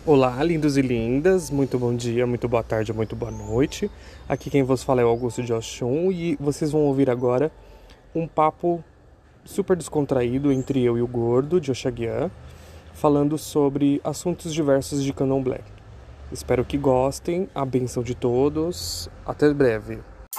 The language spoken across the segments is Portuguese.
Olá, lindos e lindas, muito bom dia, muito boa tarde, muito boa noite. Aqui quem vos fala é o Augusto de Oxum e vocês vão ouvir agora um papo super descontraído entre eu e o Gordo de Oxaguian, falando sobre assuntos diversos de Candomblé. Espero que gostem, a bênção de todos, até breve.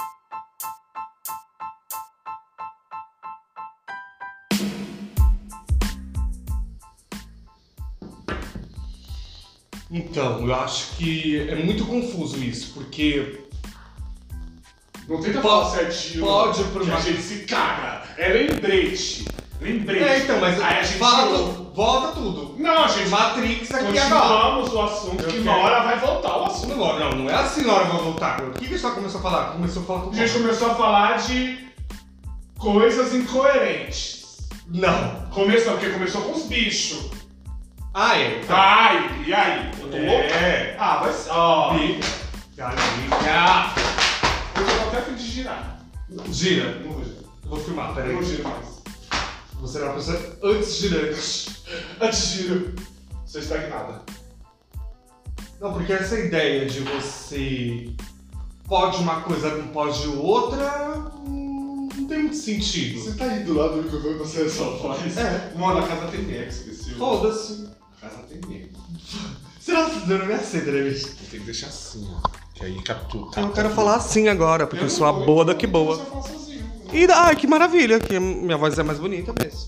Então, eu acho que é muito confuso isso, porque Não tenta falar certinho. pode que a gente se caga. É lembrete. Lembrete. mas aí a gente fala tudo, volta tudo. Não, gente. Matrix aqui agora. Continuamos o assunto, que uma hora vai voltar o assunto. Não é assim na hora que vai voltar. O que a gente começou a falar? Começou a falar com A gente começou a falar de coisas incoerentes. Não. Começou, porque começou com os bichos. Ah, é? Ai, e aí? Eu tô louco? Ah, mas. Ó. Galinha. Eu tô até a fim de girar. Gira. Não vou girar. Eu vou filmar, Eu peraí. não giro mais. Você era uma pessoa antes girante. Antes giro. Sou estagnada. Não, porque essa ideia de você pode uma coisa, não pode outra, não tem muito sentido. Você tá aí do lado do microfone e você só faz? É. Mano, a casa tem meia, que esqueci. Foda-se. A casa tem meia. Será que você não me aceita, né, bicho? Tem que deixar assim, ó. Que aí captura. Eu quero falar assim agora, porque eu sou a boa da que boa. Você fala sozinho. E, ai, que maravilha, que minha voz é mais bonita mesmo.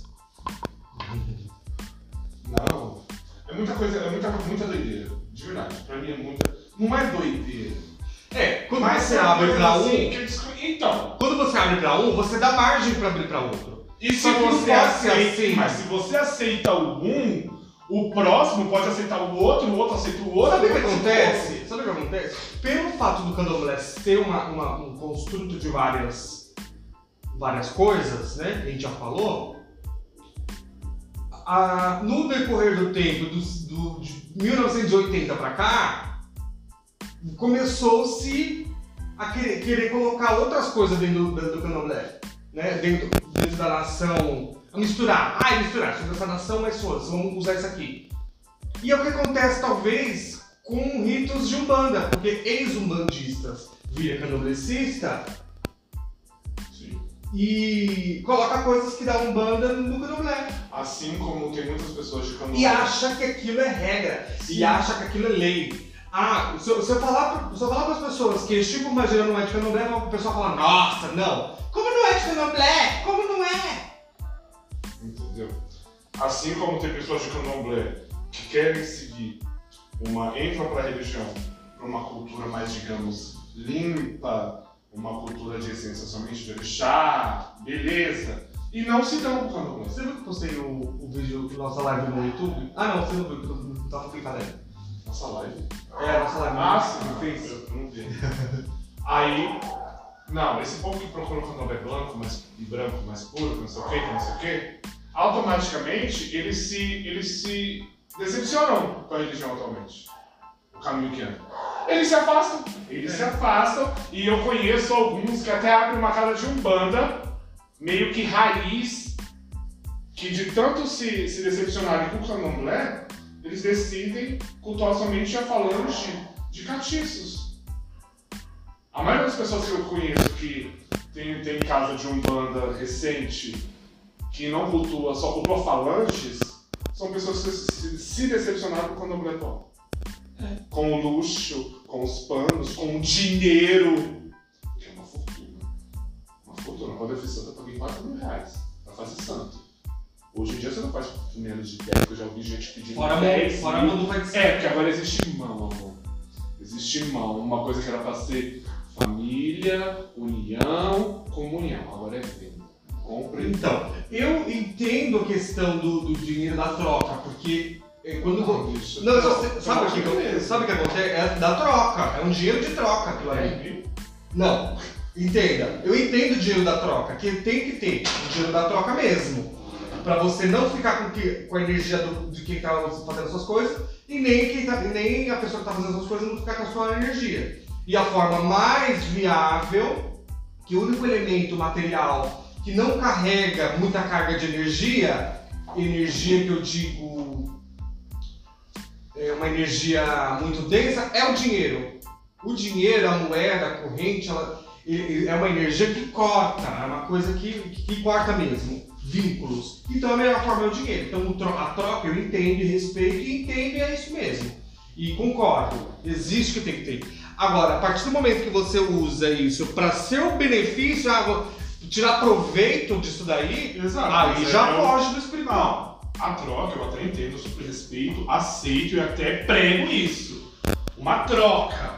Não. É muita coisa, muita doideira. De verdade. Pra mim é muita. Não é doideira. Quando Mas você é abre coisa pra assim um, que Então. quando você abre pra um, você dá margem pra abrir pra outro. E se Só que não você pode ser aceita. assim. Mas se você aceita o próximo pode aceitar o outro aceita o outro. Sabe o que acontece? Sabe o que acontece? Pelo fato do candomblé ser um construto de várias coisas, né? Que a gente já falou. No decorrer do tempo, de 1980 pra cá, começou-se a querer colocar outras coisas dentro do candomblé, né? Dentro da nação, a misturar. Misturar, sobre essa nação, mas foda-se, vamos usar isso aqui. E é o que acontece, talvez, com ritos de Umbanda, porque ex-umbandistas viram candomblessista e coloca coisas que dá Umbanda no candomblé. Assim como tem muitas pessoas de candomblé. E acha que aquilo é regra. Sim. E acha que aquilo é lei. Se eu falar para as pessoas que esse tipo de magia não é de candomblé, o pessoal fala, nossa, não. Como não é de candomblé? Como não é? Entendeu? Assim como tem pessoas de candomblé que querem seguir entram para a religião, para uma cultura mais, digamos, limpa, uma cultura de essência somente de orixá, beleza, e não se dão com o candomblé. Você viu que eu postei o vídeo da nossa live no YouTube? Não, você não viu, porque eu não tava clicado ainda. Nossa live? A nossa live no Face. Eu não vi. Aí, não, esse povo que procura o candomblé branco, mais puro, que não sei o que, automaticamente eles se decepcionam com a religião atualmente. O caminho que anda. Eles se afastam, e eu conheço alguns que até abrem uma casa de Umbanda, meio que raiz, que de tanto se decepcionarem com o candomblé, eles decidem cultuar somente a falange de catiços. A maioria das pessoas que eu conheço que tem casa de Umbanda recente, que não cultua, só cultua falanges, são pessoas que se decepcionaram com o candomblé atual. Com o luxo, com os panos, com o dinheiro. Que é uma fortuna. Uma fortuna. Quando eu fiz santa, eu paguei R$4.000 pra fazer santo. Hoje em dia você não faz por menos de 10, porque eu já ouvi gente pedindo Fora 10 a mão do vai ser. porque agora existe mão, amor. Existe mão. Uma coisa que era pra ser família, união, comunhão. Agora é venda. Compra e Então, eu entendo a questão do dinheiro da troca, porque quando sabe o que acontece? É da troca, é um dinheiro de troca aquilo aí. Não, entenda, eu entendo o dinheiro da troca, que tem que ter o dinheiro da troca mesmo, pra você não ficar com a energia de quem tá fazendo suas coisas e nem a pessoa que tá fazendo suas coisas não ficar com a sua energia. E a forma mais viável, que o único elemento material que não carrega muita carga de energia que eu digo uma energia muito densa, é o dinheiro. O dinheiro, a moeda, a corrente, é uma energia que corta, é uma coisa que corta mesmo, vínculos. Então a melhor forma é o dinheiro. Então a troca eu entendo e respeito, e entendo e é isso mesmo. E concordo, existe que tem que ter. Agora, a partir do momento que você usa isso para seu benefício, vou tirar proveito disso daí, exato, aí já foge do espiritual. A troca, eu até entendo, super respeito, aceito e até prego isso. Uma troca.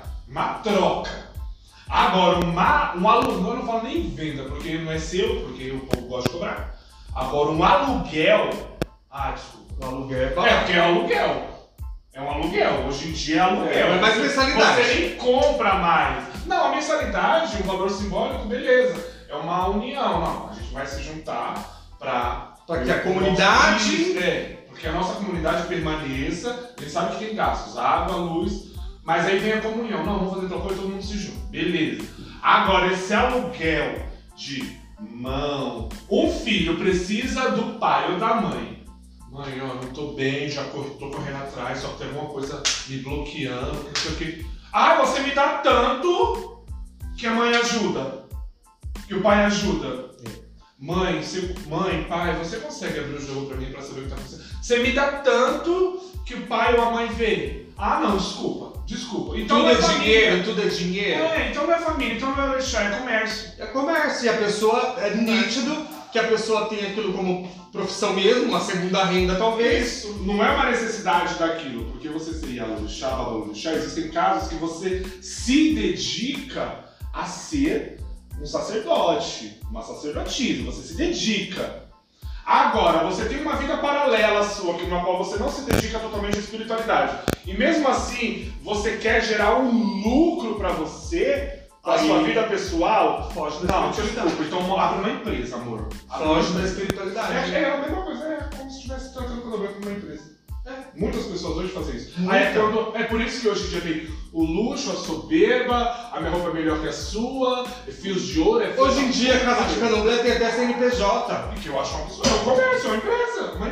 Agora, um aluguel, eu não falo nem venda, porque não é seu, porque o povo gosta de cobrar. Agora, um aluguel... desculpa. O aluguel porque é aluguel. É um aluguel, hoje em dia é aluguel. É mais mensalidade. Você nem compra mais. Não, a mensalidade, o valor simbólico, beleza. É uma união, não. A gente vai se juntar para que a comunidade... porque a nossa comunidade permaneça, a gente sabe que tem gastos, água, luz, mas aí vem a comunhão. Não, vamos fazer tal coisa e todo mundo se junta. Beleza. Agora, esse aluguel de mão, um filho precisa do pai ou da mãe. Mãe, ó, não tô bem, já tô correndo atrás, só que tem alguma coisa me bloqueando, não sei o que. Você me dá tanto que a mãe ajuda, que o pai ajuda. Mãe, pai, você consegue abrir o jogo pra mim pra saber o que tá acontecendo? Você me dá tanto que o pai ou a mãe vê. Não, desculpa. Então tudo é dinheiro, tudo é dinheiro. Então não é família, então não é deixar, é comércio. É comércio, e a pessoa, é nítido que a pessoa tem aquilo como profissão mesmo, uma segunda renda talvez. Isso não é uma necessidade daquilo, porque você seria orixá, babalorixá, existem casos que você se dedica a ser um sacerdote, uma sacerdotisa, você se dedica. Agora, você tem uma vida paralela sua, na qual você não se dedica totalmente à espiritualidade. E mesmo assim, você quer gerar um lucro para você, a sua vida pessoal. Foge da espiritualidade. Desculpa, então abre uma empresa, amor. Foge da espiritualidade. É a mesma coisa, é como se estivesse tratando com uma empresa. Muitas pessoas hoje fazem isso. É por isso que hoje em dia tem o luxo, a soberba, a minha roupa é melhor que a sua, fios de ouro, hoje em dia, a Casa de Candomblé tem até CNPJ. Que eu acho uma pessoa. É um comércio, é uma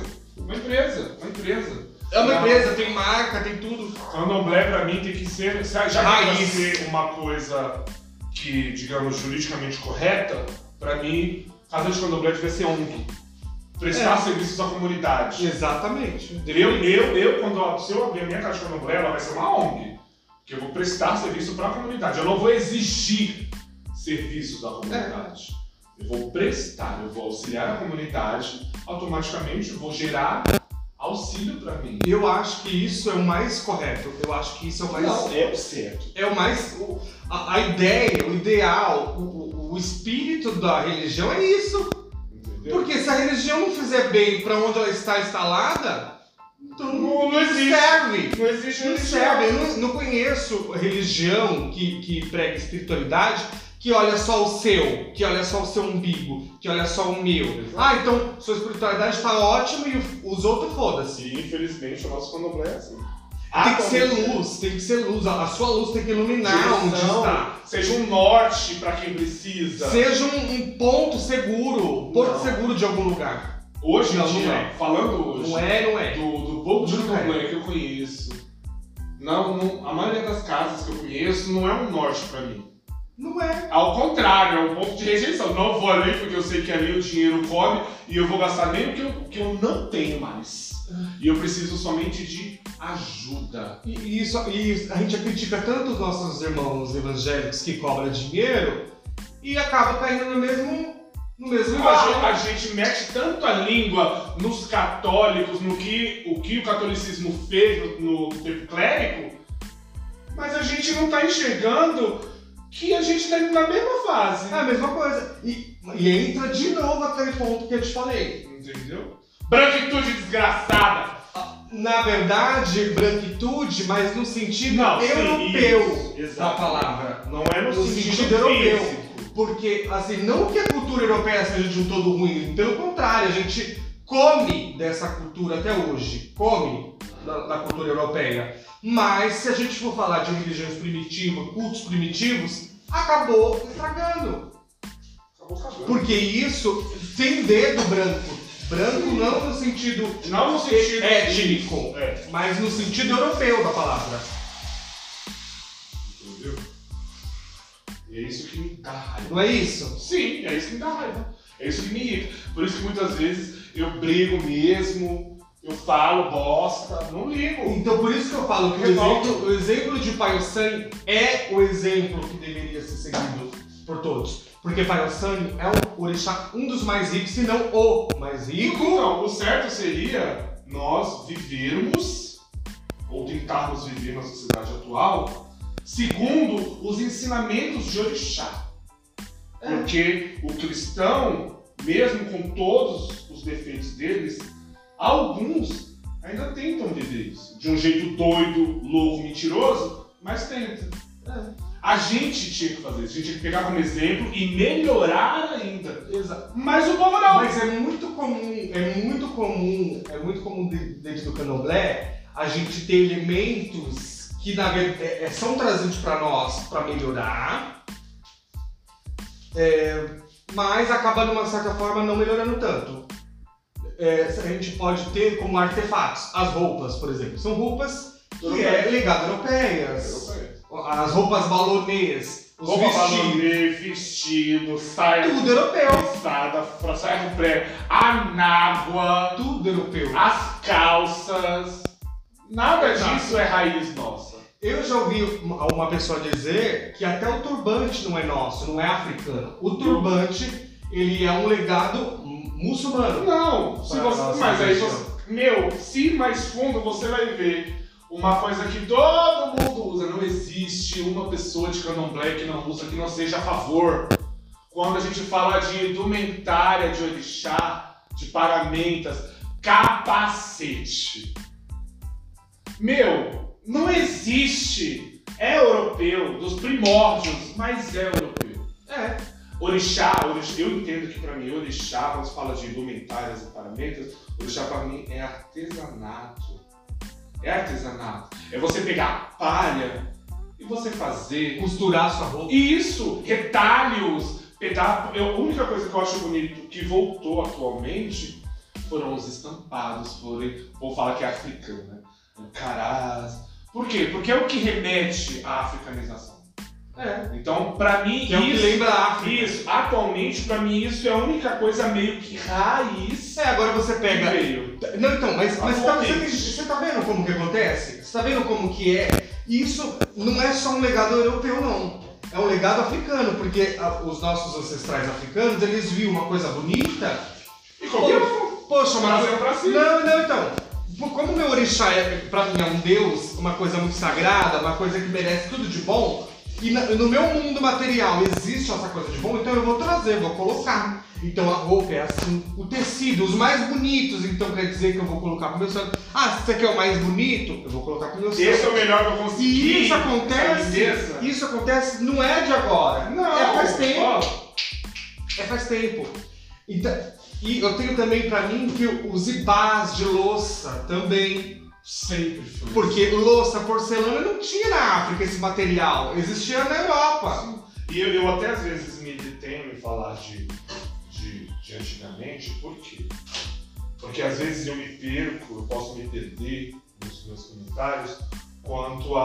empresa. É uma empresa, tem marca, tem tudo. Candomblé pra mim tem que ser, já que vai ser uma coisa que, digamos, juridicamente correta, pra mim, Casa de Candomblé deve ser ONG. Prestar serviços à comunidade. Exatamente. Entendeu? Se eu abrir a minha Casa de Candomblé, ela vai ser uma ONG. Que eu vou prestar serviço pra comunidade. Eu não vou exigir serviços da comunidade. Eu vou prestar, eu vou auxiliar a comunidade, automaticamente eu vou gerar auxílio pra mim. Eu acho que isso é o mais correto. Eu acho que isso é o mais... Não, é o certo. É o mais... A ideia, o ideal, o espírito da religião é isso. Entendeu? Porque se a religião não fizer bem pra onde ela está instalada, então não existe. Serve. Não existe não serve. Eu não conheço religião que prega espiritualidade que olha só o seu, que olha só o seu umbigo, que olha só o meu. Então sua espiritualidade está ótima e os outros foda-se. E infelizmente o nosso candomblé é assim. Tem que ser luz, tem que ser luz. A sua luz tem que iluminar onde está. Seja um norte para quem precisa. Seja um ponto seguro, porto seguro de algum lugar. Hoje em dia, falando hoje, não é. Do povo de candomblé que eu conheço, a maioria das casas que eu conheço não é um norte para mim. Não é. Ao contrário, é um ponto de rejeição. Não vou ali porque eu sei que ali o dinheiro come e eu vou gastar nem o que eu não tenho mais. E eu preciso somente de ajuda. E a gente critica tanto os nossos irmãos evangélicos que cobram dinheiro e acaba caindo no mesmo A gente mete tanto a língua nos católicos, o que o catolicismo fez no tempo clérigo, mas a gente não está enxergando que a gente está indo na mesma fase. É a mesma coisa. E entra de novo aquele ponto que eu te falei. Entendeu? Branquitude desgraçada! Na verdade, branquitude, mas no sentido europeu da palavra. Não é no sentido europeu. Porque, assim, não que a cultura europeia seja de um todo ruim, pelo contrário, a gente come dessa cultura até hoje. Come da cultura europeia. Mas se a gente for falar de religiões primitivas, cultos primitivos, acabou estragando. Porque isso tem dedo Branco não no sentido étnico, mas no sentido europeu da palavra. Entendeu? E é isso que me dá raiva. Não é isso? Sim, é isso que me dá raiva. É isso que me irrita. Por isso que muitas vezes eu brigo mesmo, eu falo bosta, não ligo. Então por isso que eu falo que o exemplo de Pai Ossan é o exemplo que deveria ser seguido por todos. Porque Pai Ossan é um orixá, um dos mais ricos, se não o mais rico. Então, o certo seria nós vivermos, ou tentarmos viver na sociedade atual, segundo os ensinamentos de orixá. Porque o cristão, mesmo com todos os defeitos deles, alguns ainda tentam viver isso. De um jeito doido, louco, mentiroso, mas tentam. A gente tinha que fazer isso, a gente tinha que pegar como exemplo e melhorar ainda. Exato. Mas o povo não. Mas é muito comum dentro do candomblé a gente ter elementos que na verdade são trazidos para nós para melhorar, mas acaba de uma certa forma não melhorando tanto. A gente pode ter como artefatos as roupas, por exemplo, são roupas que é legado europeias. As roupas balonês, os vestido, saia. Tudo europeu. Saia com pré, anágua. Tudo europeu. As calças. Nada disso é raiz nossa. Eu já ouvi uma pessoa dizer que até o turbante não é nosso, não é africano. O turbante, ele é um legado muçulmano. Não, mas aí se ir mais fundo você vai ver uma coisa que todo mundo usa. Não existe uma pessoa de candomblé que não usa, que não seja a favor. Quando a gente fala de indumentária, de orixá, de paramentas, capacete. Não existe. É europeu, dos primórdios, mas é europeu. Orixá, eu entendo que pra mim, orixá, quando se fala de indumentárias e paramentas, orixá pra mim é artesanato. É artesanato. É você pegar palha e você fazer... Costurar sua roupa. Isso! Retalhos, pedaços. A única coisa que eu acho bonito que voltou atualmente foram os estampados. Vou falar que é africano, né? Carás. Por quê? Porque é o que remete à africanização. Então, pra mim, que é o que lembra a África. Isso, atualmente, pra mim, isso é a única coisa meio que raiz. Agora você pega. Não, então, mas você tá vendo como que acontece? Você tá vendo como que é? Isso não é só um legado europeu, não. É um legado africano, porque os nossos ancestrais africanos, eles viam uma coisa bonita e qualquer poxa, mas pra si. Não, então. Como meu orixá pra mim é um deus, uma coisa muito sagrada, uma coisa que merece tudo de bom. E no meu mundo material existe essa coisa de bom, então eu vou trazer, vou colocar. Então a roupa é assim, o tecido, os mais bonitos, então quer dizer que eu vou colocar pro meu santo. Ah, se você quer o mais bonito, eu vou colocar pro meu santo. Esse é o melhor que eu consegui. E isso acontece, não é de agora. Não, faz tempo. Faz tempo. Então, e eu tenho também pra mim que os ibás de louça também. Sempre foi. Porque louça, porcelana não tinha na África esse material, existia na Europa. Sim. E eu até às vezes me detenho em falar de antigamente, por quê? Porque às vezes eu me perco, eu posso me perder nos meus comentários quanto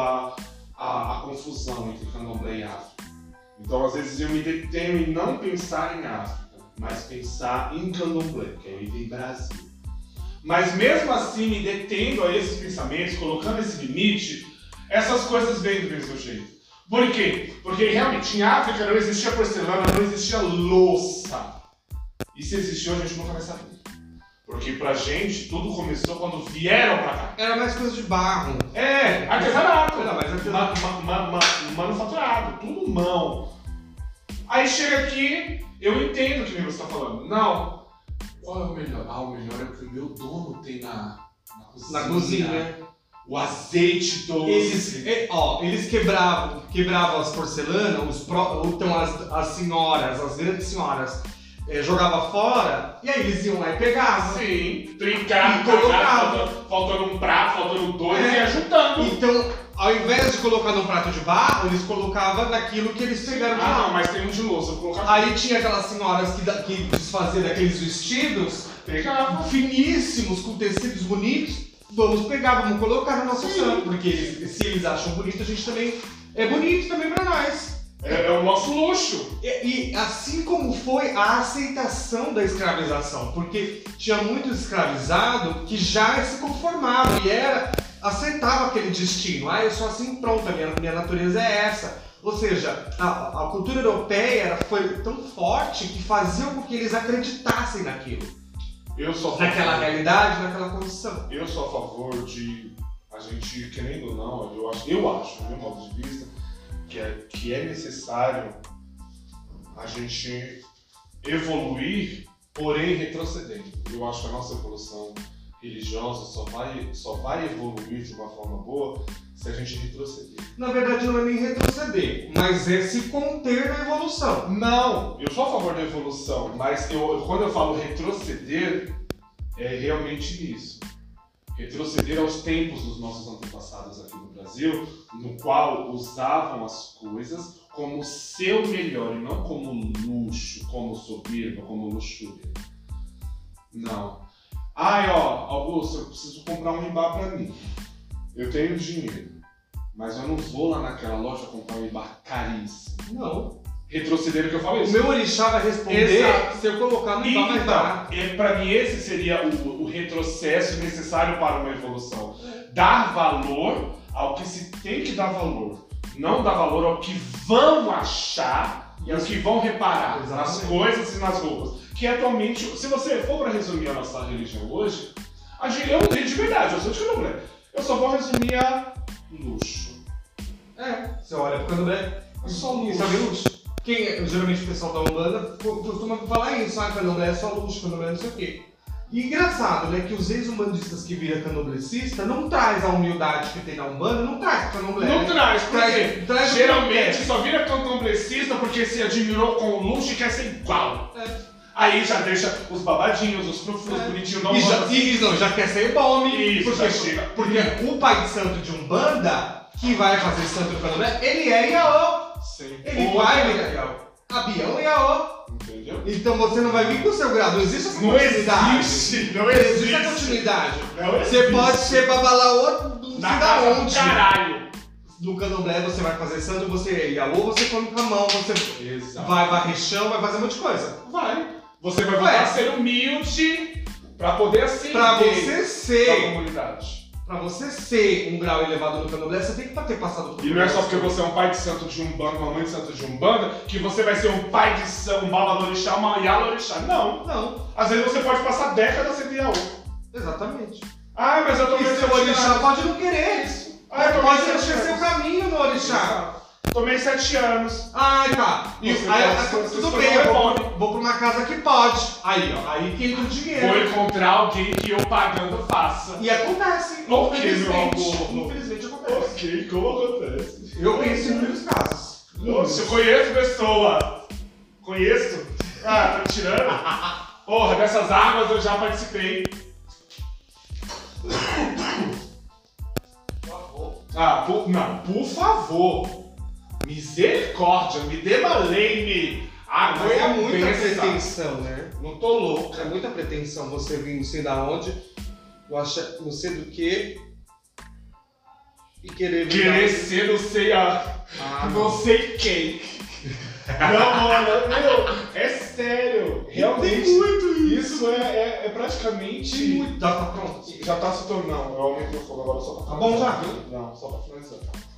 à confusão entre candomblé e África. Então às vezes eu me detenho em não pensar em África, mas pensar em candomblé, que aí vem Brasil. Mas mesmo assim, me detendo a esses pensamentos, colocando esse limite, essas coisas vêm do mesmo jeito. Por quê? Porque realmente em África não existia porcelana, não existia louça. E se existiu, a gente nunca vai saber. Porque pra gente, tudo começou quando vieram pra cá. Era mais coisa de barro. Artesanato. Era mais artesanato. Manufaturado, tudo mão. Aí chega aqui, eu entendo o que você está falando. Não. Qual é o melhor? O melhor é o que o meu dono tem na cozinha. O azeite doce. Eles quebravam as porcelanas, então as senhoras, as grandes senhoras, jogavam fora, e aí eles iam lá e pegavam. Sim, trincavam, colocavam, faltando um prato, faltando dois, e ia juntando. Então, ao invés de colocar num prato de barro, eles colocavam naquilo que eles pegaram de lá. Não, mas tem um de louça, eu vou colocar. Aí tinha aquelas senhoras que desfaziam daqueles vestidos finíssimos, com tecidos bonitos. Vamos pegar, vamos colocar no nosso santo, porque se eles acham bonito, a gente também é bonito também pra nós. É o nosso luxo. E assim como foi a aceitação da escravização, porque tinha muito escravizado que já se conformava e aceitava aquele destino. Eu sou assim, pronto, a minha natureza é essa. Ou seja, a cultura europeia foi tão forte que fazia com que eles acreditassem naquilo. Naquela realidade, naquela condição. Eu sou a favor de a gente, querendo ou não, eu acho, do meu modo de vista, que é necessário a gente evoluir, porém retrocedendo. Eu acho que a nossa evolução religiosa só vai evoluir de uma forma boa se a gente retroceder. Na verdade não é nem retroceder, mas é se conter na evolução. Não, eu sou a favor da evolução, mas quando eu falo retroceder, é realmente isso. Retroceder aos tempos dos nossos antepassados aqui no Brasil, no qual usavam as coisas como seu melhor e não como luxo, como soberba, como luxúria. Não. Augusto, eu preciso comprar um ribá pra mim. Eu tenho dinheiro, mas eu não vou lá naquela loja comprar um ribá caríssimo. Não. Retroceder o que eu falo isso. O meu orixá vai responder. Exato. Se eu colocar no ribá mais barato. Para mim esse seria o retrocesso necessário para uma evolução. Dar valor ao que se tem que dar valor. Não dar valor ao que vão achar e ao que vão reparar. Exatamente. Nas coisas e nas roupas. Que atualmente, se você for para resumir a nossa religião hoje, eu de verdade, eu sou de candomblé. Eu só vou resumir a luxo. Você olha pro candomblé, é só luxo. Sabe luxo? Geralmente o pessoal da Umbanda costuma falar isso, candomblé é só luxo, candomblé não sei o quê. E engraçado, né, que os ex-umbandistas que viram candomblecista não traz a humildade que tem na Umbanda, não traz candomblé. Não traz, porque traz geralmente só vira candomblecista porque se admirou com o luxo e quer ser igual. Aí já deixa os babadinhos, os frufrus bonitinhos da Umbanda. Já quer ser bome. Isso, porque o pai de santo de Umbanda, que vai fazer santo do candomblé, ele é Iaô. Sim. Ele vai Iaô. Abião é Iaô. Entendeu? Então você não vai vir com o seu grau, não existe essa não continuidade. Não existe a continuidade. Não existe. Você pode ser babalaô não sei da onde. Caralho. No candomblé você vai fazer santo, você é Iaô, você come com a mão, você vai varrer chão, vai fazer um monte de coisa. Vai. Você vai voltar a ser humilde pra poder ascender pra você ser da comunidade. Pra você ser um grau elevado no candomblé, você tem que ter passado por. E não é só porque você é um pai de santo de Umbanda, uma mãe de santo de Umbanda, que você vai ser um pai de santo, um babalorixá, uma ialorixá. Não. Não. Às vezes você pode passar décadas sem Iaô. Exatamente. Mas eu tô vendo. E seu orixá pode não querer isso. Pode encher seu caminho no orixá. Tomei 7 anos. Tá. Tudo bem, eu vou pra uma casa que pode. Aí que entra o dinheiro. Vou encontrar alguém que eu pagando faça. E acontece. Infelizmente acontece. Ok, como acontece? Eu conheço inúmeros casos. Nossa, eu conheço pessoa. Conheço? Tá me tirando? Porra, dessas águas eu já participei. Por favor. Misericórdia, me debalei-me. É muita pretensão, né? Não tô louco. É muita pretensão você vir não sei da onde, não sei do que, e querer ser não sei não sei quem. Não, mano, é sério. Realmente. Tem muito isso. É praticamente. Tem muito. Já tá pronto. Já tá se tornando. Não, eu aumentei o fogo agora só pra finalizar. Tá bom já, viu? Não, só pra finalizar.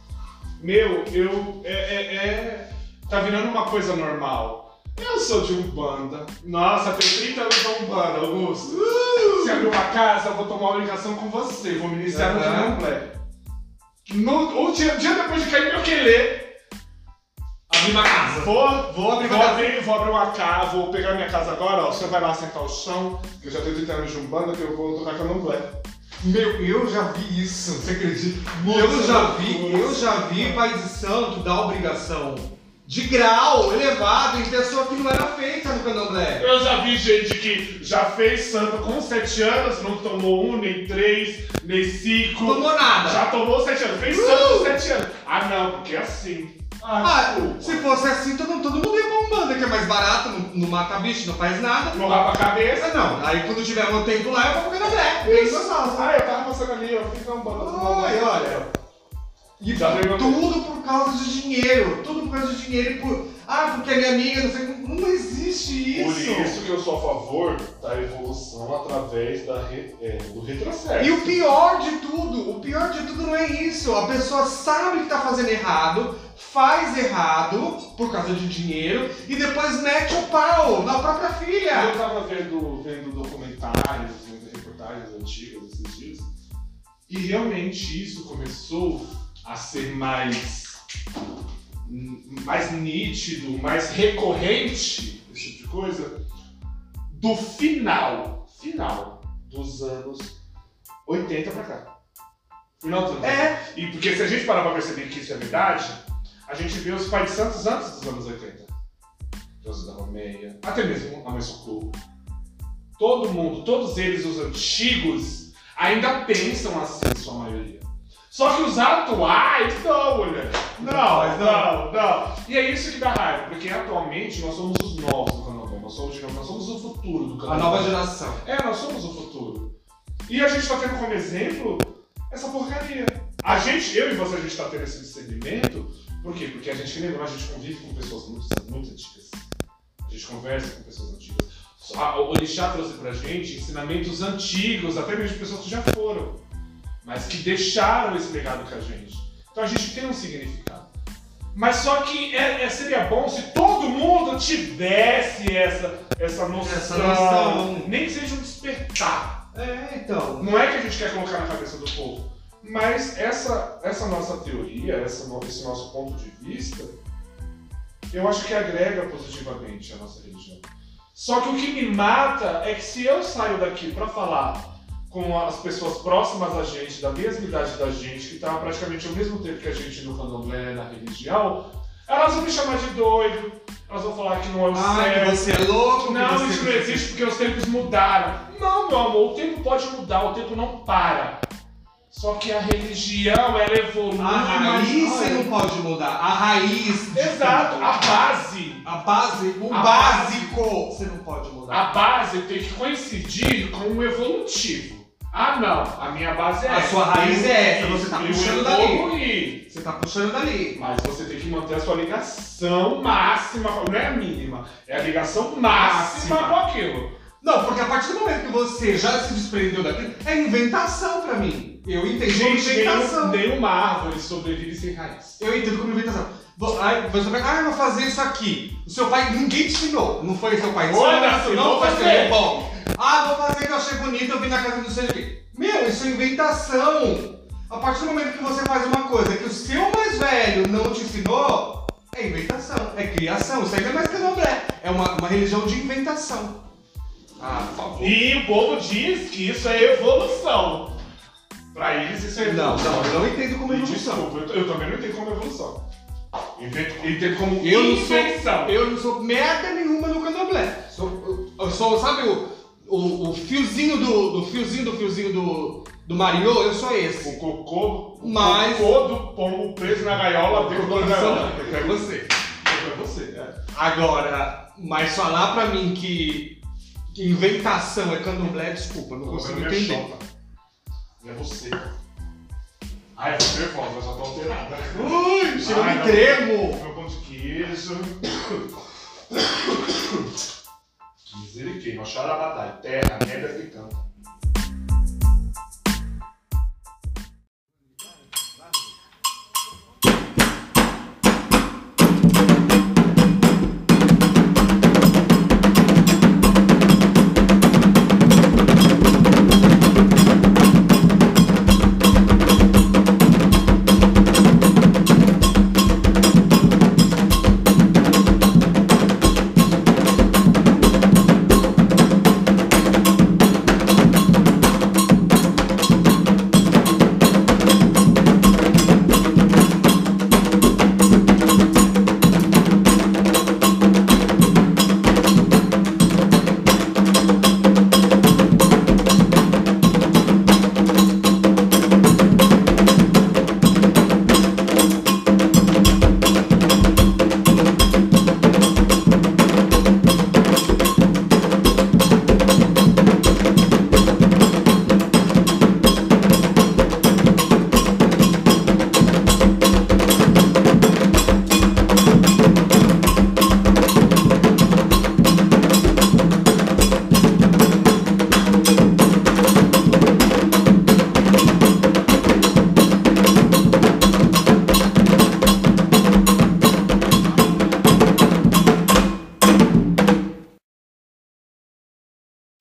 Tá virando uma coisa normal. Eu sou de Umbanda. Nossa, tenho 30 anos de Umbanda, Augusto. Se abrir uma casa, eu vou tomar uma ligação com você. Vou me iniciar no candomblé. Um dia depois de cair meu quelê, abrir uma casa. Vou abrir uma casa. Vou pegar minha casa agora, ó. Você vai lá sentar o chão, que eu já tenho 30 anos de Umbanda, que eu vou tocar candomblé. Eu já vi isso, você acredita? Eu já vi pai de santo dar obrigação de grau elevado em pessoa que não era feita no candomblé. Eu já vi gente que já fez santo com 7 anos, não tomou 1, nem 3, nem 5. Tomou nada. Já tomou 7 anos, fez santo com 7 anos. Ah não, porque é assim. Se fosse assim, todo mundo ia pra Umbanda, que é mais barato, não mata bicho, não faz nada. Não rapa a cabeça. Não, aí quando tiver meu tempo lá, eu vou pro candomblé. Isso. Eu tava passando ali, eu fiz uma Umbanda. Olha. E tudo por causa de dinheiro. Tudo por causa de dinheiro. Porque é minha amiga, não sei. Não existe isso. Por isso que eu sou a favor da evolução através do retrocesso. E o pior de tudo não é isso. A pessoa sabe que tá fazendo errado, faz errado por causa de dinheiro e depois mete o pau na própria filha. Eu tava vendo documentários, reportagens antigas esses dias, e realmente isso começou a ser mais nítido, mais recorrente, esse tipo de coisa, do final dos anos 80 pra cá. Final dos anos 80. E porque se a gente parar pra perceber que isso é verdade, a gente vê os pais de santos antes dos anos 80. José da Romeia, até mesmo a Mãe Socorro. Todos eles, os antigos, ainda pensam assim, em sua maioria. Só que os atuais, não, mulher. Não. E é isso que dá raiva, porque atualmente nós somos os novos do candomblé. Nós somos o futuro do candomblé. A nova geração. Nós somos o futuro. E a gente tá tendo como exemplo essa porcaria. Eu e você, a gente tá tendo esse discernimento. Por quê? Porque a gente, lembra, a gente convive com pessoas muito antigas. A gente conversa com pessoas antigas. O Orixá trouxe pra gente ensinamentos antigos, até mesmo de pessoas que já foram, mas que deixaram esse legado com a gente. Então a gente tem um significado. Mas só que seria bom se todo mundo tivesse essa noção. Nem que seja um despertar. Então. Não é que a gente quer colocar na cabeça do povo. Mas essa nossa teoria, esse nosso ponto de vista, eu acho que agrega positivamente a nossa religião. Só que o que me mata é que se eu saio daqui para falar com as pessoas próximas a gente, da mesma idade da gente, que estavam praticamente ao mesmo tempo que a gente no candomblé, na religião, elas vão me chamar de doido, elas vão falar que não é o certo. Que você é louco. Não, isso não existe porque os tempos mudaram. Não, meu amor, o tempo pode mudar, o tempo não para. Só que a religião, ela evolui. A raiz você não pode mudar. A raiz. Exato, a base. O básico você não pode mudar. A base tem que coincidir com o evolutivo. Não, a minha base é essa. A sua raiz é essa, você tá puxando dali. Você tá puxando dali. Mas você tem que manter a sua ligação máxima, não é a mínima, é a ligação máxima com aquilo. Não, porque a partir do momento que você já se desprendeu daquilo, é inventação pra mim. Eu entendo como inventação. Nenhuma árvore sobrevive sem raiz. Eu entendo como inventação. Você vai, eu vou fazer isso aqui. O seu pai, ninguém te ensinou. Não foi seu pai que não foi seu bom. Vou fazer que eu achei bonito, eu vim na casa do seja quê. Meu, isso é inventação. A partir do momento que você faz uma coisa que o seu mais velho não te ensinou, é inventação, é criação. Isso aí não é mais candomblé. É uma religião de inventação. Por favor. E o povo diz que isso é evolução. Pra eles isso é evolução. Eu não entendo como evolução. Desculpa, eu também não entendo como evolução. Eu entendo como invenção. Eu não sou merda nenhuma no candomblé. Eu sou, sabe o fiozinho do Mariô? Eu sou esse. O cocô do pombo preso na gaiola dentro da gaiola. É você. É. Agora, mas falar pra mim que inventação é candomblé, desculpa, não consigo entender. É você. Eu tô nervosa, eu já tô alterada. Cheiro de cremo! Meu pão de queijo. Misericórdia, xarabatai, terra, merda e canto.